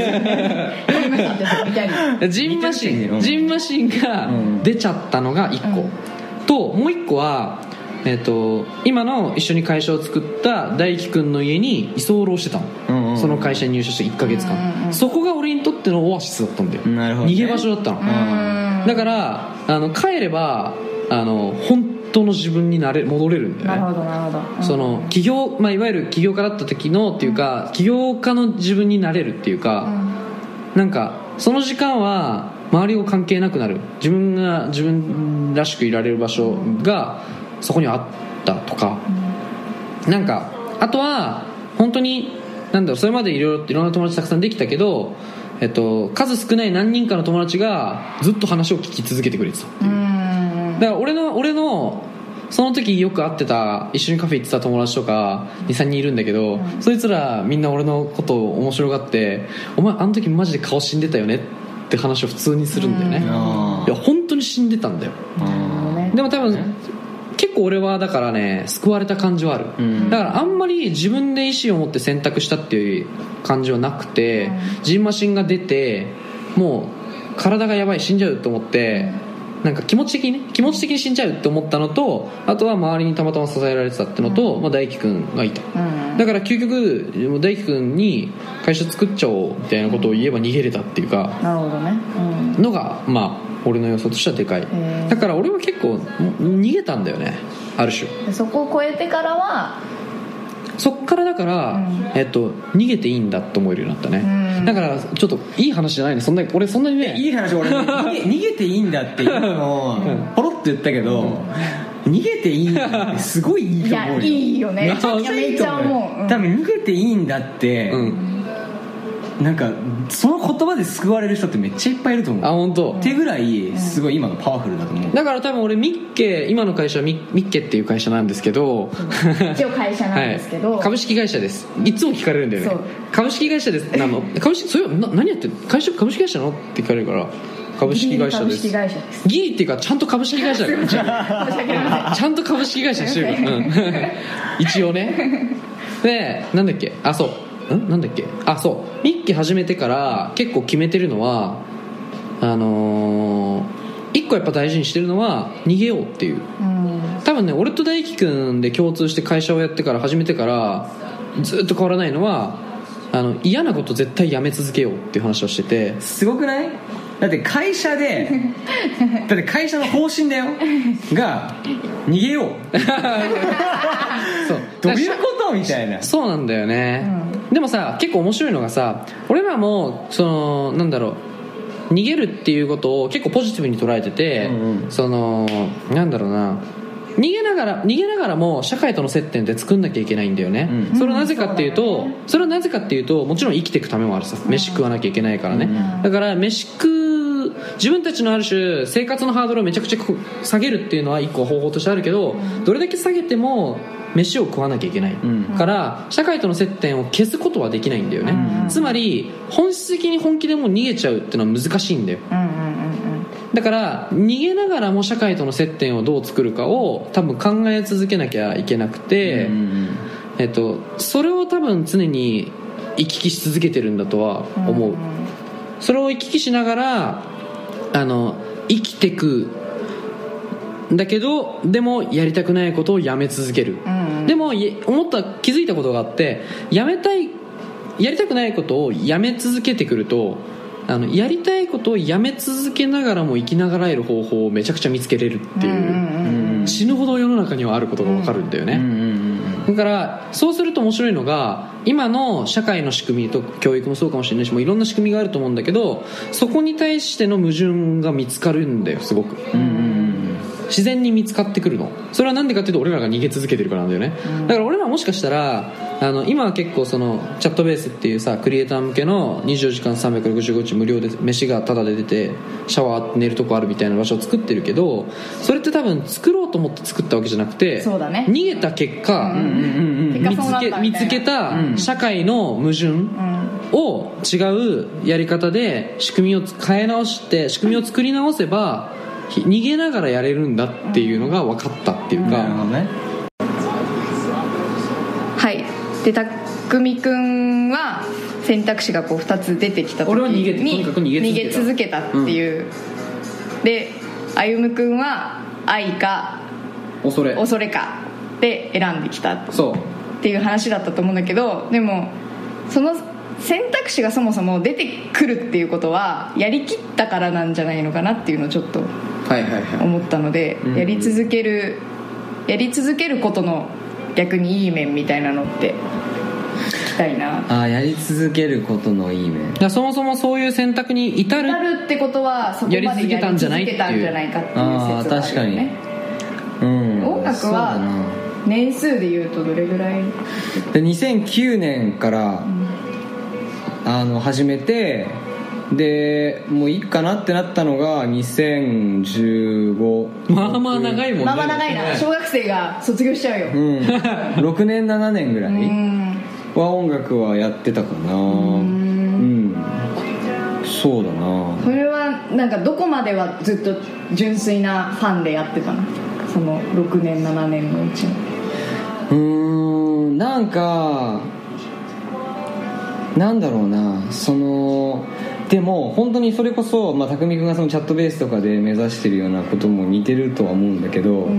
ジンマシンジンマシンが出ちゃったのがいっこ、うん、ともういっこはえー、と今の一緒に会社を作った大輝くんの家に居候してたの、うんうん、その会社に入社していっかげつかん、うんうん、そこが俺にとってのオアシスだったんだよ。なるほどね、逃げ場所だったの、うん、だからあの帰ればあの本当の自分になれ戻れるんだよね。 なるほどなるほど、うん、 その起業、まあ、いわゆる起業家だった時のっていうか、うん、起業家の自分になれるっていうか、うん、なんかその時間は周りを関係なくなる、自分が自分らしくいられる場所が、うんそこにあったとか、うん、なんかあとは本当になんだろう、それまでいろいろいろんな友達たくさんできたけど、えっと、数少ない何人かの友達がずっと話を聞き続けてくれてたっていう。うんだから俺の俺のその時よく会ってた一緒にカフェ行ってた友達とか にさんにんいるんだけど、うん、そいつらみんな俺のことを面白がって、お前あの時マジで顔死んでたよねって話を普通にするんだよね。うん、いや本当に死んでたんだよ。うんでも多分結構俺はだからね救われた感じはある、うん、だからあんまり自分で意思を持って選択したっていう感じはなくて、うん、ジンマシンが出てもう体がやばい死んじゃうと思って、うん、なんか気持ち的にね気持ち的に死んじゃうって思ったのと、あとは周りにたまたま支えられてたってのと、うんまあ、大輝くんがいた、うん、だから究極大輝くんに会社作っちゃおうみたいなことを言えば逃げれたっていうか、 なるほどね、うん、 のがまあ俺の予想としてはでかい。だから俺は結構逃げたんだよねある種。 そこを超えてからはそっからだから、うんえっと、逃げていいんだと思えるようになったね、うん、だからちょっといい話じゃないねそんな俺そんなにねいい話俺、ね、逃, げ逃げていいんだっていうのをポロッと言ったけど、うん、逃げていいんだってすごいいいと思うよ。 いやいいよねめちゃくちゃいいと思う、うん、多分逃げていいんだって、うんなんかその言葉で救われる人ってめっちゃいっぱいいると思う。 あ本当。 ってぐらいすごい今のパワフルだと思う。 だから多分俺ミッケ今の会社はミッケっていう会社なんですけど、 一応会社なんですけど、 はい、株式会社です。いつも聞かれるんだよね。株式会社です。あの株式それな何やってる会社株式会社なのって聞かれるから株式会社です。 株式会社です。 ギリっていうかちゃんと株式会社だからちゃんと株式会社してるから、うん、一応ね。でなんだっけあそうんなんだっけあそうミッキー始めてから結構決めてるのはあのー、一個やっぱ大事にしてるのは逃げようっていう、うん、多分ね俺と大輝くんで共通して会社をやってから始めてからずっと変わらないのはあの嫌なこと絶対やめ続けようっていう話をしてて。 すごくない？だって会社でだって会社の方針だよが逃げようそうどういうことみたいな。 そうなんだよね、うん、でもさ結構面白いのがさ俺らもそのなんだろう逃げるっていうことを結構ポジティブに捉えてて、うんうん、そのなんだろうな逃げながら逃げながらも社会との接点って作んなきゃいけないんだよね、うん、それはなぜかっていうと、うん、それはなぜかっていうともちろん生きていくためもあるさ、飯食わなきゃいけないからね、うん、だから飯食う自分たちのある種生活のハードルをめちゃくちゃ下げるっていうのは一個方法としてあるけど、どれだけ下げても飯を食わなきゃいけない、うん、から社会との接点を消すことはできないんだよね、うん、つまり本質的に本気でもう逃げちゃうっていうのは難しいんだよ、うんうんうん、だから逃げながらも社会との接点をどう作るかを多分考え続けなきゃいけなくて、うんうんえっと、それを多分常に行き来し続けてるんだとは思う、うん、それを行き来しながらあの生きてくだけどでもやりたくないことをやめ続ける、うんうん、でも思った気づいたことがあって、やめたいやりたくないことをやめ続けてくると、あのやりたいことをやめ続けながらも生きながらえる方法をめちゃくちゃ見つけれるっていう、うんうんうん、死ぬほど世の中にはあることが分かるんだよね、うんうんうん、だからそうすると面白いのが、今の社会の仕組みと教育もそうかもしれないし、もういろんな仕組みがあると思うんだけど、そこに対しての矛盾が見つかるんだよ、すごく、うんうん、自然に見つかってくるの。それはなんでかっていうと、俺らが逃げ続けてるからなんだよね、うん、だから俺らもしかしたらあの今は結構そのチャットベースっていうさ、クリエイター向けのにじゅうよじかんさんびゃくろくじゅうごにち無料で飯がタダで出てシャワー寝るとこあるみたいな場所を作ってるけど、それって多分作ろうと思って作ったわけじゃなくて、 そうだね、 逃げた結果、うんうんうん、見つけ、見つけた社会の矛盾を違うやり方で仕組みを変え直して仕組みを作り直せば逃げながらやれるんだっていうのが分かったっていうか、うん、ね、 はい。で、たくみくんは選択肢がこうふたつ出てきた時に俺は逃げてとにかく逃げ続けた、 逃げ続けたっていう、うん、で、あゆむくんは愛か恐れ恐れかで選んできたっていう話だったと思うんだけど、でもその選択肢がそもそも出てくるっていうことはやりきったからなんじゃないのかなっていうのをちょっと思ったので、やり続けるやり続けることの逆にいい面みたいなのって聞きたいな。 あ、やり続けることのいい面、 だそもそもそういう選択に至る至るってことはそこまでやり続けたんじゃないかっていう説はあるよね。 あ、確かに、うん、 音楽は年数でいうとどれぐらいでにせんきゅうねんから、うん、あの始めて、でもういいかなってなったのがにせんじゅうご、 まあまあ長いもんね。 まあまあ長いな、小学生が卒業しちゃうよ、 うん、ろくねんななねんぐらいは音楽はやってたかな。うん、うん、そうだな。 それはなんかどこまではずっと純粋なファンでやってたの、そのろくねんななねんのうちの。 うーん、なんかなんだろうな、そのでも本当にそれこそ、まあ、匠君がそのチャットベースとかで目指してるようなことも似てるとは思うんだけど、うん、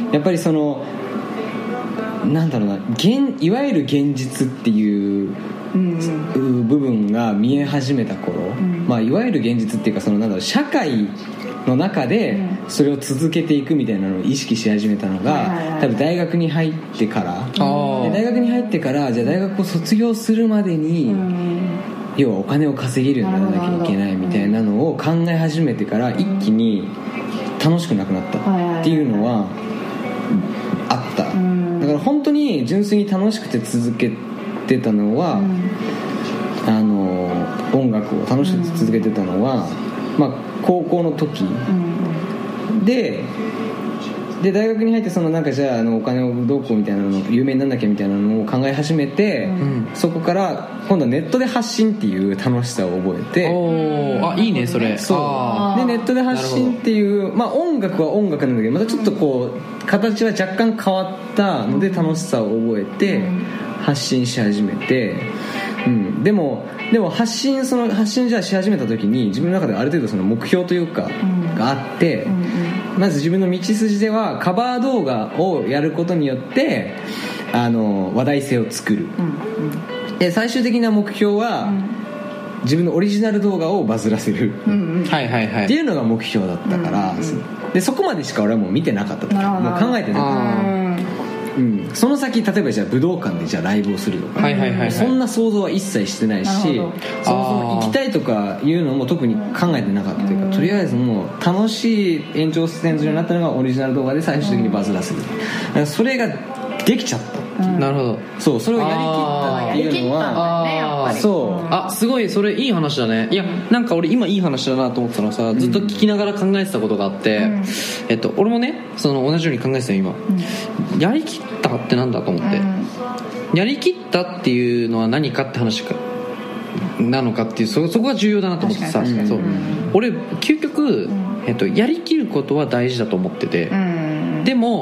やっぱりそのなんだろうな、現いわゆる現実っていう部分が見え始めた頃、うん、まあ、いわゆる現実っていうか、そのなんだろう、社会の中でそれを続けていくみたいなのを意識し始めたのが、うん、多分大学に入ってから、うん、で大学に入ってからじゃあ大学を卒業するまでに、うん、要はお金を稼げるようにならなきゃいけないみたいなのを考え始めてから、一気に楽しくなくなったっていうのはあった。だから本当に純粋に楽しくて続けてたのは、あの音楽を楽しくて続けてたのは、まあ高校の時で、で大学に入って、そのなんかじゃあ、あのお金をどうこうみたいなの、有名になんなきゃみたいなのを考え始めて、うん、そこから今度はネットで発信っていう楽しさを覚えて、 おあいいねそれ。 そうでネットで発信っていう、まあ、音楽は音楽なんだけど、またちょっとこう形は若干変わったので楽しさを覚えて発信し始めて、うん、でもでも発信その発信じゃし始めた時に自分の中である程度その目標というかがあって、うんうんうん、まず自分の道筋ではカバー動画をやることによってあの話題性を作る、うんうん、で最終的な目標は、うん、自分のオリジナル動画をバズらせる、うんうん、っていうのが目標だったから、うんうん、でそこまでしか俺はもう見てなかったとかもう考えてなかった。うん、その先例えばじゃあ武道館でじゃあライブをするとか、はいはいはいはい、そんな想像は一切してないし、そもそも行きたいとかいうのも特に考えてなかったというか、うん、とりあえずもう楽しい延長線上になったのがオリジナル動画で最終的にバズらせる、うん、それができちゃったっていう、 うん、なるほど。 そう、それをやりきったっていうのは、あそうあすごいそれいい話だね。いやなんか俺今いい話だなと思ってたのさ、ずっと聞きながら考えてたことがあって、うん、えっと俺もねその同じように考えてたよ今、うん、やりきったってなんだと思って、うん、やりきったっていうのは何かって話かなのかっていう そ, そこが重要だなと思ってさ、そう俺究極、えっと、やりきることは大事だと思ってて、うん、でも、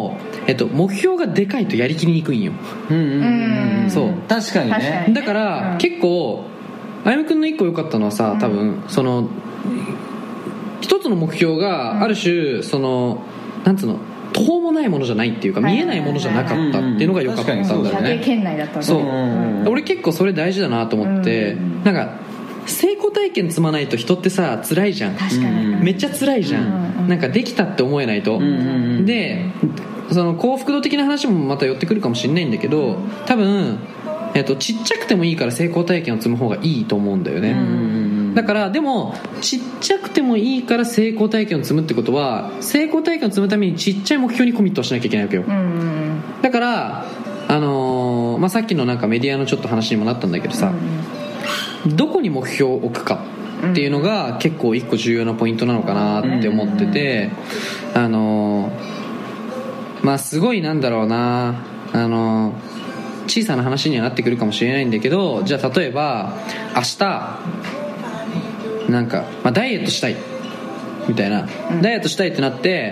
えっと、目標がでかいとやりきりにくいんよ。 うんうんうんうん、そう確かにね。 だから、うん、結構あやむくんの一個良かったのはさ、多分その一つの目標がある種そのなんつうの途方もないものじゃないっていうか、見えないものじゃなかったっていうのが良かったんだよね。 射程圏内だったんだ。 そう、うん、俺結構それ大事だなと思って、うん、なんか成功体験積まないと人ってさ辛いじゃん。 確かにめっちゃ辛いじゃん、うん、なんかできたって思えないと、うん、でその幸福度的な話もまた寄ってくるかもしれないんだけど、多分、えっと、ちっちゃくてもいいから成功体験を積む方がいいと思うんだよね、うん、だからでもちっちゃくてもいいから成功体験を積むってことは、成功体験を積むためにちっちゃい目標にコミットしなきゃいけないわけよ、うん、だからあのーまあ、さっきのなんかメディアのちょっと話にもなったんだけどさ、うん、どこに目標を置くかっていうのが結構一個重要なポイントなのかなって思ってて、あのー、まあすごいなんだろうな、あのー小さな話にはなってくるかもしれないんだけど、じゃあ例えば明日なんか、まあ、ダイエットしたいみたいな、うん、ダイエットしたいってなって、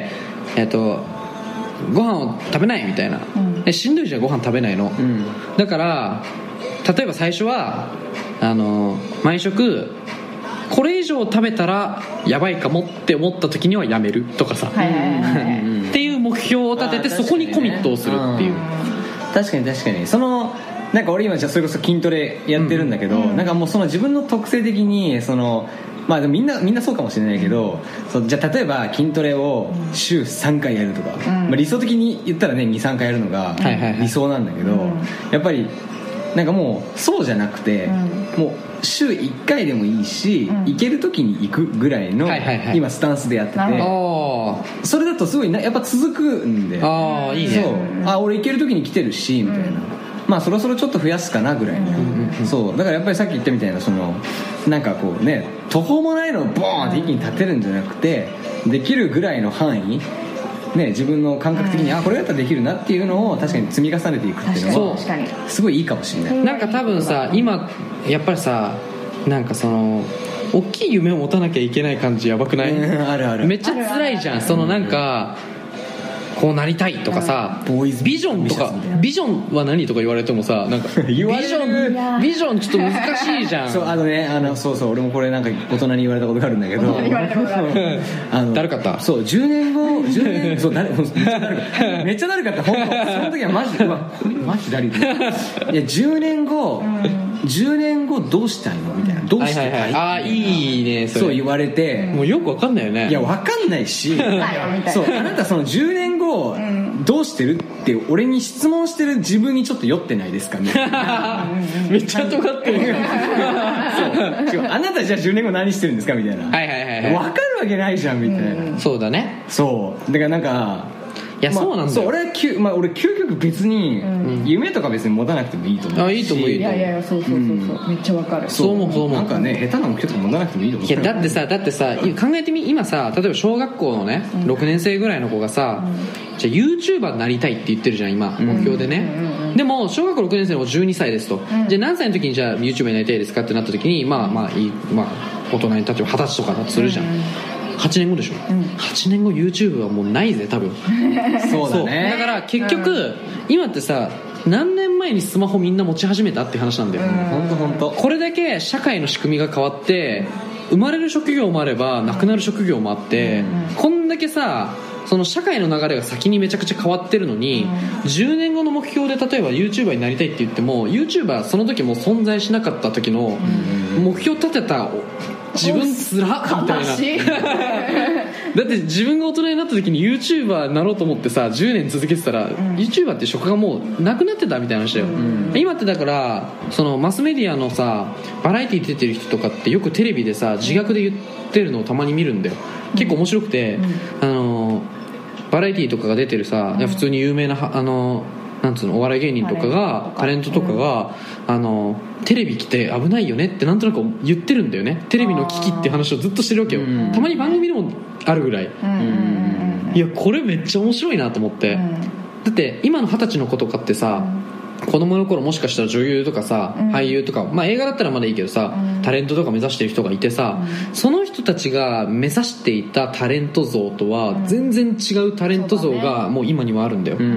えっとご飯を食べないみたいな、うん、えしんどいじゃんご飯食べないの、うん、だから例えば最初はあの毎食これ以上食べたらやばいかもって思った時にはやめるとかさ、はいはいはいはい、っていう目標を立ててそこにコミットをするっていう。 確かに確かに、そのなんか俺今じゃそれこそ筋トレやってるんだけど、うん、なんかもうその自分の特性的にそのまあでもみんなみんなそうかもしれないけど、うん、そうじゃあ例えば筋トレを週さんかいやるとか、うんまあ、理想的に言ったらね にさんかいやるのが理想なんだけど、はいはいはい、やっぱりなんかもうそうじゃなくて、うん、もう週いっかいでもいいし、うん、行ける時に行くぐらいの、はいはいはい、今スタンスでやってて、それだとすごいなやっぱ続くんで、 あいいね、 そうあ俺行ける時に来てるしみたいな、うん、まあそろそろちょっと増やすかなぐらいの、うんうん、そうだからやっぱりさっき言ったみたいなそのなんかこうね途方もないのをボーンって一気に立てるんじゃなくて、できるぐらいの範囲ね、自分の感覚的に、うん、あこれだったらできるなっていうのを確かに積み重ねていくっていうのはすごいいいかもしれない。 なんか多分さ今やっぱりさなんかその大きい夢を持たなきゃいけない感じやばくない？ うん、あるある。 めっちゃ辛いじゃん。そのなんかこうなりたいとかさ、うん、ビジョンとかビジョンは何とか言われてもさなんかビジョンビジョンちょっと難しいじゃん。 そうあのねあのそうそう俺もこれなんか大人に言われたことがあるんだけどあのだるかったそうじゅうねんごじゅうねんそうだるめっちゃだるかっためっちゃだるかった本当その時はマジうわマジだるいいやじゅうねんご、うんじゅうねんごどうしたいのみたいなどうしてたい、はいはいはい、 あいいねそれそう言われてもうよくわかんないよね。 いやわかんないしそうあなたそのじゅうねんごどうしてるって俺に質問してる自分にちょっと酔ってないですかねめっちゃ尖ってるそうあなたじゃあじゅうねんご何してるんですかみたいなはいはいはい、はい、 わかるわけないじゃんみたいな、うん、 そうだねそうだからなんかいや、まあ、そうなんだよ。 そう俺は、まあ、俺究極別に、うん、夢とか別に持たなくてもいいと思うし、 あいいと思ういいと思う。 いやいやそうそうそうそう、うん、めっちゃわかる。 そう思うそう思う。 なんかね下手な目標とか持たなくてもいいと思う。 いやだってさだってさ考えてみ今さ例えば小学校のね、うん、ろくねん生ぐらいの子がさ、うん、じゃあ YouTuber になりたいって言ってるじゃん今、うん、目標でね、うん、でも小学校ろくねん生の子じゅうにさいですと、うん、じゃあ何歳の時にじゃあ YouTuber になりたいですかってなった時にまあまあいいまあ大人に例えばはたちとかだとするじゃん、うんはちねんごでしょ、うん、はちねんご YouTube はもうないぜ多分そうだね。 だから結局、うん、今ってさ何年前にスマホみんな持ち始めたって話なんだよ、うん、 本当本当。 これだけ社会の仕組みが変わって生まれる職業もあればなくなる職業もあって、うん、こんだけさその社会の流れが先にめちゃくちゃ変わってるのに、うん、じゅうねんごの目標で例えば YouTuber になりたいって言っても YouTuber その時も存在しなかった時の目標立てた自分つらっみたいなだって自分が大人になった時に YouTuber になろうと思ってさじゅうねん続けてたら、うん、YouTuber って職がもうなくなってたみたいな話だよ、うん、今ってだからそのマスメディアのさバラエティ出てる人とかってよくテレビでさ自虐で言ってるのをたまに見るんだよ。結構面白くて、うん、あのバラエティとかが出てるさ、うん、普通に有名なあのなんつうのお笑い芸人とかがタレントとかが、うん、あのテレビ来て危ないよねってなんとなく言ってるんだよね。テレビの危機って話をずっとしてるわけよ、うん、たまに番組でもあるぐらい、うん、いやこれめっちゃ面白いなと思って、うん、だって今の二十歳の子とかってさ、 子供の頃もしかしたら女優とかさ、うん、俳優とか、まあ、映画だったらまだいいけどさ、うん、タレントとか目指してる人がいてさ、うん、その人たちが目指していたタレント像とは全然違うタレント像がもう今にはあるんだよ、うん、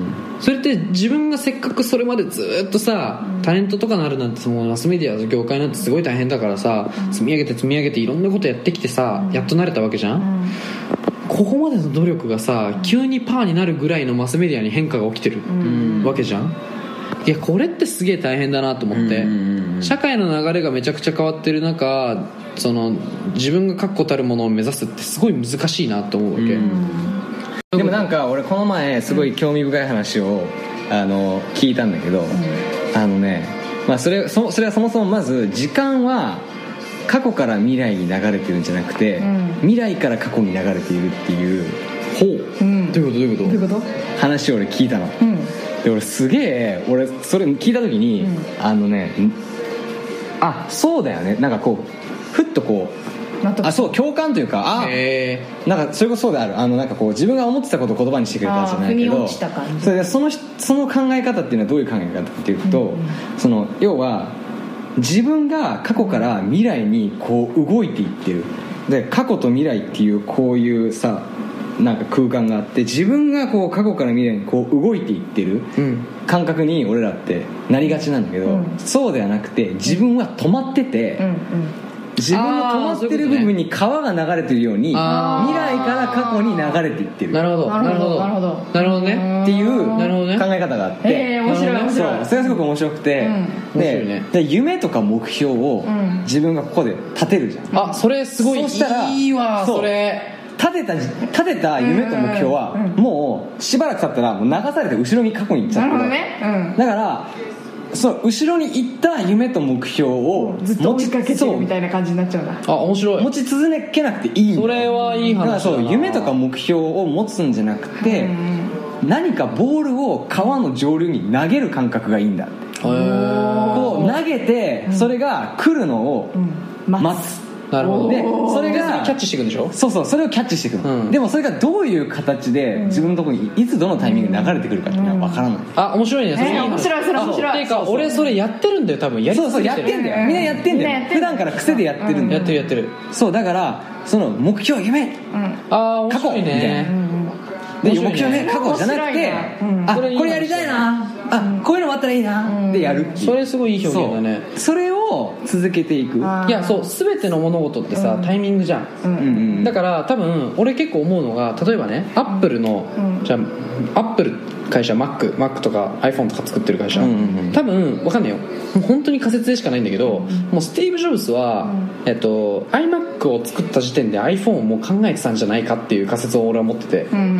それって自分がせっかくそれまでずっとさ、うん、タレントとかなるなんてそのマスメディア業界なんてすごい大変だからさ、うん、積み上げて積み上げていろんなことやってきてさ、うん、やっと慣れたわけじゃん、うんここまでの努力がさ急にパーになるぐらいのマスメディアに変化が起きてるわけじゃん。いやこれってすげえ大変だなと思って、社会の流れがめちゃくちゃ変わってる中その自分が確固たるものを目指すってすごい難しいなと思うわけ。 でもなんか俺この前すごい興味深い話をあの聞いたんだけど、あのね、まあ、それ、そ、それはそもそもまず時間は過去から未来に流れてるんじゃなくて、うん、未来から過去に流れているっていうほう、うん、どういうことどういうことどういうこと話を俺聞いたの、うん、で俺すげえ俺それ聞いた時に、うん、あのねあそうだよねなんかこうふっとこうあそう共感というかあなんかそれこそそうであるあのなんかこう自分が思ってたことを言葉にしてくれたじゃないけどそれでそのその考え方っていうのはどういう考え方かっていうと、うんうん、その要は自分が過去から未来にこう動いていってるで過去と未来っていうこういうさなんか空間があって自分がこう過去から未来にこう動いていってる感覚に俺らってなりがちなんだけど、うん、そうではなくて自分は止まってて、うんうん、自分の止まってる部分に川が流れてるように未来から過去に流れていってる。 なるほどなるほどなるほどなるほどねっていう考え方があって、 えー、面白い面白いそうそれがすごく面白くて、うん、で, ね、で夢とか目標を自分がここで立てるじゃん、うん、 あそれすごいいい、そしたらいいわそれ立てた立てた夢と目標はもうしばらく経ったらもう流されて後ろに過去に行っちゃってる、なるほどね、うん、だからその後ろに行った夢と目標をずっと追いかけてるみたいな感じになっちゃうんだ。 あ面白い。 持ち続けなくていいんだ。 それはいい話だな。 だからそう夢とか目標を持つんじゃなくて、うん、何かボールを川の上流に投げる感覚がいいんだって。こう投げてそれが来るのを待つ。 なるほど。 でそれがキャッチしていくんでしょ。 そうそうそれをキャッチしていくの、うん、でもそれがどういう形で自分のところにいつどのタイミングで流れてくるかっていうのは分からない、うん、 あ面白いね。それ、 えー、面白いそれ面白い。 っていうか俺それやってるんだよ多分。やりそうそうやってんだよ。みんなやってんだよ。普段から癖でやってるんだよ、 うん、やってるやってる。 そうだからその目標夢、うん、 あ面白いね。 で目標ね過去じゃなくて、うん、あこれやりたいな、あこういうのもあったらいいなってやるっていう。 それすごいいい表現だね。 それを続けていく。いやそう全ての物事ってさ、うん、タイミングじゃん、うんうん、だから多分俺結構思うのが例えばねアップルの、うん、じゃあアップル会社 Mac, Mac とか iPhone とか作ってる会社、うんうんうん、多分分かんないよもう本当に仮説でしかないんだけど、うん、もうスティーブ・ジョブズは、うんえっと、iMac を作った時点で iPhone をもう考えてたんじゃないかっていう仮説を俺は持ってて、うんうんうん、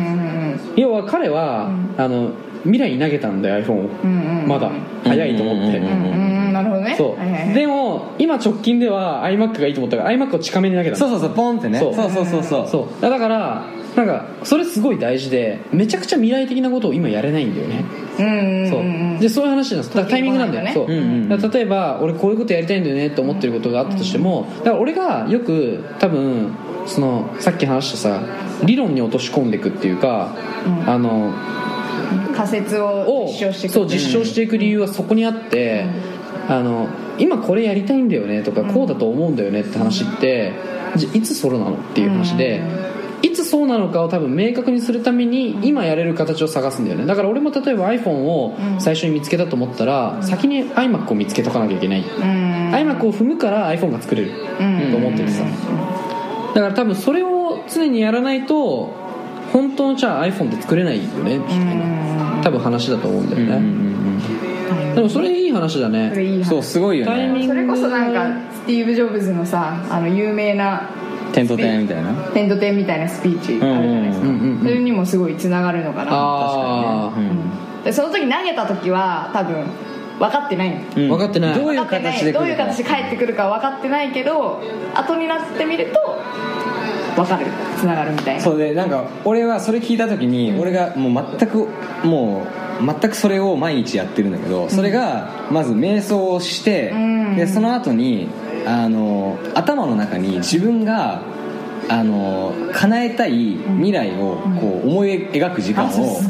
要は彼は、うん、あの未来に投げたんだよ iPhone を、うんうん、まだ早いと思って、うんうんうん、なるほどね。 そう、はいはいはい、でも今直近では iMac がいいと思ったから iMac を近めに投げた。 そうそうそうポンってね。 そうそうそうそうそうそうだからなんかそれすごい大事でめちゃくちゃ未来的なことを今やれないんだよね。うんうんうん、そうでそういう話なんです。だからタイミングなんだよね。そう、うんうん、だから例えば俺こういうことやりたいんだよねって思ってることがあったとしても、だから俺がよく多分そのさっき話したさ理論に落とし込んでいくっていうか、うん、あの仮説を実証していく。 そう実証していく理由はそこにあって、うん、あの今これやりたいんだよねとか、うん、こうだと思うんだよねって話ってじゃいつそれなのっていう話で、うんいつそうなのかを多分明確にするために今やれる形を探すんだよね。だから俺も例えば iPhone を最初に見つけたと思ったら、うん、先に iMac を見つけとかなきゃいけない、うん、iMac を踏むから iPhone が作れる、うん、と思ってるさ、だから多分それを常にやらないと本当のじゃあ iPhone って作れないよねみたいな多分話だと思うんだよね、うんうんうん、でもそれいい話だね。 それいい話。 そうすごいよね。 タイミングそれこそなんかスティーブ・ジョブズのさあの有名なテントテンみたいなテントテンみたいなスピーチあるじゃないですか、うんうんうんうん、それにもすごいつながるのかな。 あ確かにね、うん、でその時投げた時は多分分かってない、うん、 分かってないどういう形でどういう形で返ってくるか分かってないけど後になってみると分かるつながるみたいな。 そうでなんか俺はそれ聞いた時に、うん、俺がもう全くもう全くそれを毎日やってるんだけど、それがまず瞑想をして、うん、でその後にあの頭の中に自分があの叶えたい未来をこう思い描く時間を、 うん、すっごい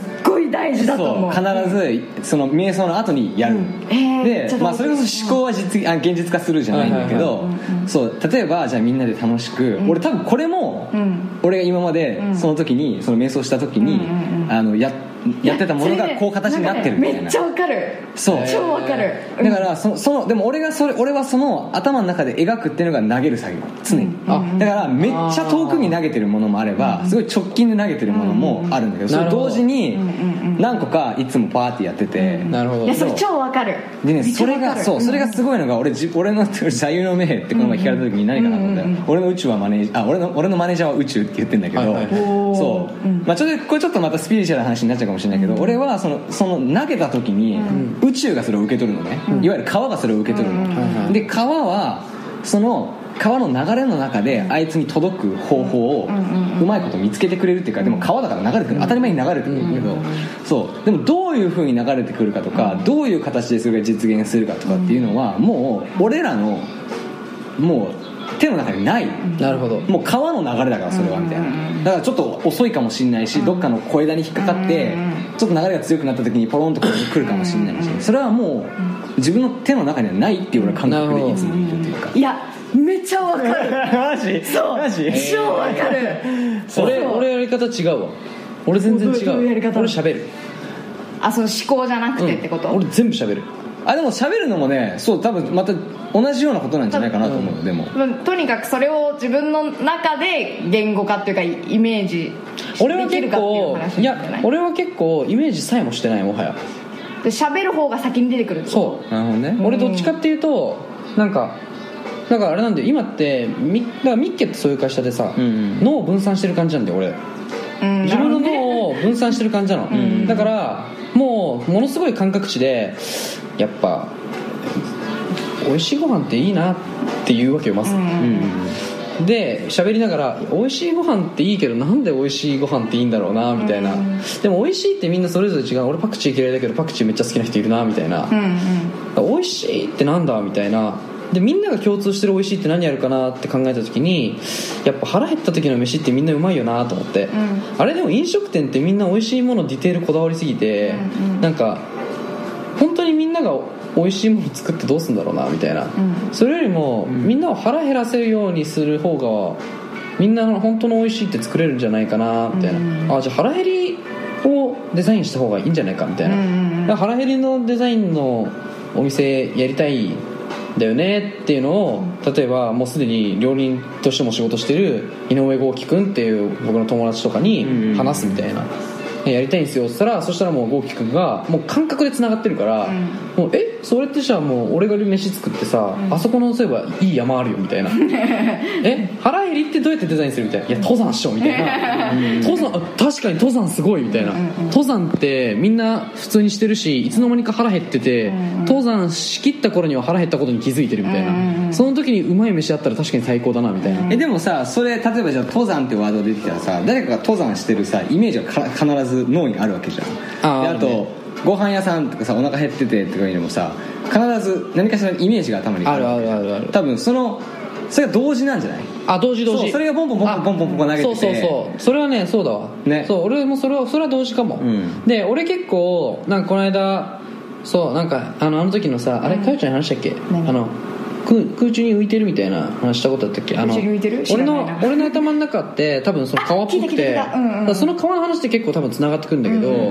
い大事だと思う。 そう必ずその瞑想の後にやる、うんえー、で、まあ、それこそ思考は実あ現実化するじゃないんだけど、そう例えばじゃあみんなで楽しく、うん、俺多分これも、うん、俺が今までその時にその瞑想した時に、うんうん、あのややってたものがこう形になってるみたいな、 ね、めっちゃわかる。 そう超わかる、 うん、だからそそのでも俺がそれ俺はその頭の中で描くっていうのが投げる作業常に、うん、あだからめっちゃ遠くに投げてるものもあればすごい直近で投げてるものもあるんだけど、それ同時に何個かいつもパーティーやってて、 なるほど。 いやそれ超わかる。 でねそれがそうそれがすごいのが俺俺の座右の銘ってこの前聞かれた時に何かなと思ったら、俺の宇宙はマネージャーあ俺の俺のマネージャーは宇宙って言ってんだけど、はいはい、そう、まあちょっとこれちょっとまたスピリチュアルな話になっちゃうかもしれないけど、俺はそのその投げた時に宇宙がそれを受け取るのね、うん、いわゆる川がそれを受け取るの、うん、で川はその川の流れの中であいつに届く方法をうまいこと見つけてくれるっていうか、でも川だから流れてくる当たり前に流れてくるんだけど、そうでもどういう風に流れてくるかとかどういう形でそれが実現するかとかっていうのはもう俺らのもう手の中にない。 なるほど。 もう川の流れだからそれはみたいな。だからちょっと遅いかもしれないし、どっかの小枝に引っかかってちょっと流れが強くなった時にポロンとこう来るかもしれないし、それはもう自分の手の中にはないっていう感覚でいつもいるというか。 いやめっちゃわかる。 マジ？ そうマジ？超わかる。 俺俺やり方違うわ。俺全然違う。 どういうやり方？ 俺喋る。 あその思考じゃなくてってこと？ うん、俺全部喋る。 あでも喋るのもね、そう多分また同じようなことなんじゃないかなと思う、うん、でもとにかくそれを自分の中で言語化っていうかイメージ俺は結構いや俺は結構イメージさえもしてない。もはやで喋る方が先に出てくるってこと。 そうなるほどね。俺どっちかっていうとなんかだからあれなんだよ今ってみだからミッケってそういう会社でさ、うんうん、脳を分散してる感じなんだよ俺、うん、自分の脳を分散してる感じなの、うん、だからもうものすごい感覚値でやっぱ美味しいご飯っていいなって言うわけよまず、うんうん、で喋りながら美味しいご飯っていいけどなんで美味しいご飯っていいんだろうなみたいな、うん、でも美味しいってみんなそれぞれ違う。俺パクチー嫌いだけどパクチーめっちゃ好きな人いるなみたいな、うんうん、美味しいってなんだみたいな。でみんなが共通してる美味しいって何やるかなって考えた時にやっぱ腹減った時の飯ってみんなうまいよなと思って、うん、あれでも飲食店ってみんな美味しいものディテールこだわりすぎて、うんうん、なんか本当にみんなが美味しいもの作ってどうするんだろうなみたいな、うん、それよりも、うん、みんなを腹減らせるようにする方がみんな本当の美味しいって作れるんじゃないかなみたいな、うん、あじゃあ腹減りをデザインした方がいいんじゃないかみたいな、うん、だから腹減りのデザインのお店やりたいだよねっていうのを例えばもうすでに料理人としても仕事してる井上豪輝くんっていう僕の友達とかに話すみたいな、うんやりたいんですよって言ったらそしたらもう豪輝くんがもう感覚でつながってるから、うん、もうえそれってじゃあもう俺が飯作ってさ、うん、あそこのそういえばいい山あるよみたいなえ腹減りってどうやってデザインするみたいないや登山しようみたいな登山あ確かに登山すごいみたいな、うんうん、登山ってみんな普通にしてるしいつの間にか腹減ってて、うんうん、登山しきった頃には腹減ったことに気づいてるみたいな、うんうん、その時にうまい飯あったら確かに最高だなみたいな、うん、 えでもさそれ例えばじゃあ登山ってワード出てきたらさ誰かが登山してるさイメージが必ず脳にあるわけじゃん。あ, であと、ね、ご飯屋さんとかさお腹減っててとかいうのもさ必ず何かしらイメージが頭にあるあるあるある。 多分そのそれが同時なんじゃない？ あ同時同時。 そうそれがポンポンポンポンポンポンポン投げてて、 そうそうそうそれはねそうだわね。そう俺もそれはそれは同時かも、うん、で俺結構なんかこの間そうなんかあのあの時のさ、うん、あれかよちゃんに話したっけ、うん、あの空, 空中に浮いてるみたいな話したことあったっけ？あの俺の俺の頭の中って多分その川っぽくて、うんうん、その川の話って結構多分つながってくるんだけど、うんうんうん、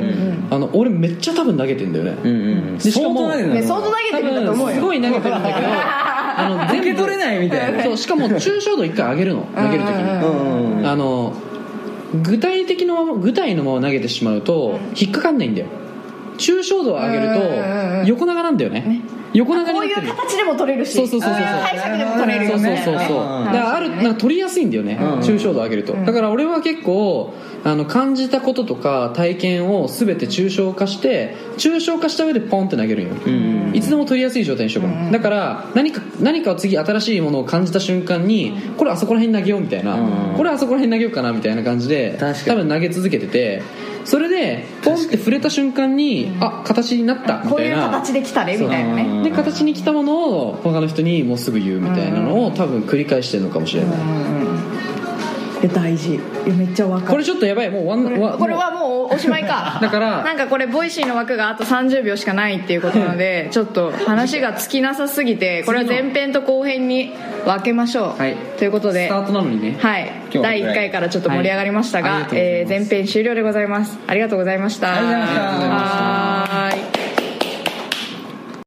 あの俺めっちゃ多分投げてんだよね、うんうん、でしかも相当投げてるんだと思うよ。 すごい投げてるんだけどあの全部受け取れないみたいな。 そうしかも抽象度一回上げるの投げる時に、うんうん、あの具体的のまま具体のまま投げてしまうと引っかかんないんだよ。抽象度を上げると横長なんだよね、ね横長になってる。 こういう形でも取れるしそうそうそうそう解釈でも取れるよね。 そうそうそうそうだからあるなんか取りやすいんだよね、うん、抽象度を上げると、うん、だから俺は結構あの感じたこととか体験を全て抽象化して抽象化した上でポンって投げるんよ、うん、いつでも取りやすい状態にしようかな、うん、だから何か何かを次新しいものを感じた瞬間にこれあそこら辺に投げようみたいな、うん、これあそこら辺に投げようかなみたいな感じで多分投げ続けててそれでポンって触れた瞬間にあ形になったみたいなこういう形できたねみたいなねで形に来たものを他の人にもうすぐ言うみたいなのを多分繰り返してるのかもしれない。 いや大事。いやめっちゃ分かる。 これちょっとやばい、もう終わんこれはもうおしまいかだからなんかこれボイシーの枠があとさんじゅうびょうしかないっていうことなのでちょっと話が尽きなさすぎてこれは前編と後編に分けましょう、はい、ということでスタートなのにね、 はい、だいいっかいからちょっと盛り上がりましたが、はい、えー、前編終了でございます。ありがとうございました。 ありがとうございました。 はーい。